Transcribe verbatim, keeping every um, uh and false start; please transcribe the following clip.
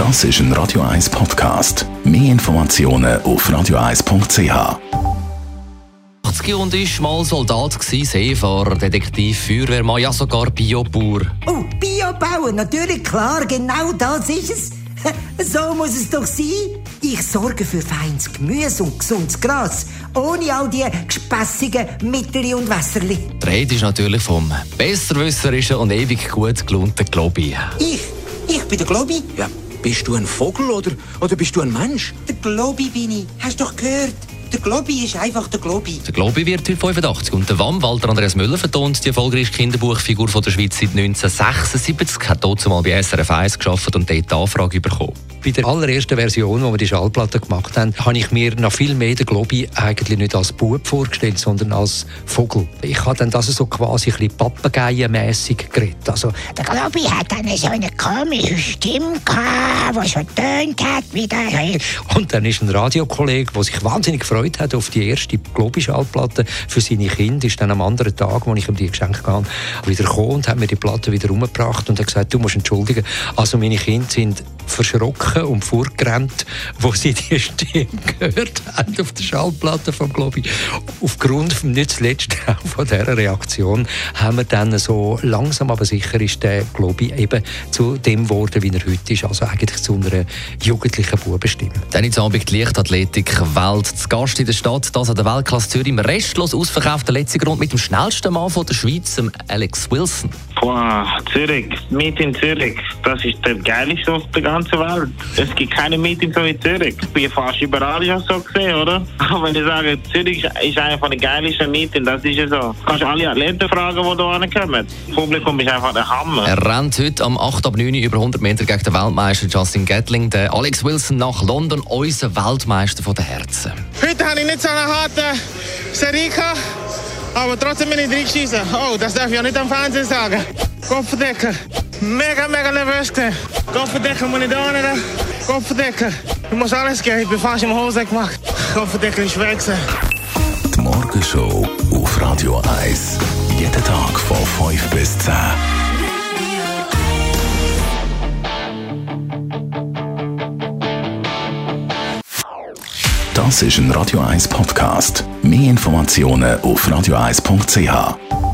Das ist ein Radio eins Podcast. Mehr Informationen auf radio eins punkt c h. achtzig und ist mal Soldat gsi, Seefahrer, Detektiv, Feuerwehrmann, ja sogar Biobauer. Oh, Biobauer, natürlich, klar, genau das ist es. So muss es doch sein. Ich sorge für feines Gemüse und gesundes Gras, ohne all die gespässigen Mittel und Wässerli. Die Rede ist natürlich vom besserwisserischen und ewig gut gelaunten Globi. Ich? Ich bin der Globi? Ja, bist du ein Vogel oder, oder bist du ein Mensch? Der Globi bin ich. Hast du doch gehört? Der Globi ist einfach der Globi. Der Globi wird heute fünfundachtzig und der W A M, Walter Andreas Müller, vertont die erfolgreichste Kinderbuchfigur von der Schweiz seit neunzehnhundertsechsundsiebzig, hat dort mal bei S R F eins gearbeitet und dort die Anfrage bekommen. Bei der allerersten Version, wo wir die Schallplatte gemacht haben, habe ich mir noch viel mehr den Globi eigentlich nicht als Bub vorgestellt, sondern als Vogel. Ich habe dann das so quasi ein bisschen papageienmässig geredet. Also, der Globi hat eine so eine komische Stimme gehabt, die so tönt hat wie der. Und dann ist ein Radiokollege, der sich wahnsinnig gefreut hat auf die erste Globi-Schallplatte für seine Kinder, ist dann am anderen Tag, als ich ihm die geschenkt habe, wieder gekommen und hat mir die Platte wieder umgebracht und hat gesagt, du musst entschuldigen, also meine Kinder sind verschrocken und vorgerannt, wo sie die Stimme gehört haben auf der Schallplatte vom Globi. Aufgrund, nicht zuletzt auch von dieser Reaktion, haben wir dann so langsam aber sicher ist der Globi eben zu dem geworden, wie er heute ist, also eigentlich zu einer jugendlichen Bubenstimme. Dann ist Abend die Leichtathletik-Welt zu Gast in der Stadt, das an der Weltklasse Zürich im restlos ausverkauften letzten Grund mit dem schnellsten Mann von der Schweiz, dem Alex Wilson. Boah, Zürich, Meeting in Zürich, das ist der geilste auf der ganzen Welt. Es gibt keine Meeting so wie Zürich. Ich bin fast überall schon so gesehen, oder? Aber wenn ich sage, Zürich ist einer von den geilsten Meetings, das ist ja so. Du kannst alle Athleten fragen, die hier ankommen. Das Publikum ist einfach der Hammer. Er rennt heute am acht ab neun über hundert Meter gegen den Weltmeister Justin Gatlin, der Alex Wilson nach London, unser Weltmeister von den Herzen. Heute habe ich nicht so eine harte Serie gehabt, aber trotzdem bin ich reingeschissen. Oh, das darf ich ja nicht am Fernsehen sagen. Kopfverdecken. Mega, mega nervös gewesen. Kopfverdecken muss ich da nicht. Kopfverdecken. Ich muss alles geben. Ich bin fast im Hose gemacht. Kopfverdecken ist weg. Die Morgenshow auf Radio eins. Jeden Tag von fünf bis zehn. Das ist ein Radio eins Podcast. Mehr Informationen auf radio eins punkt c h.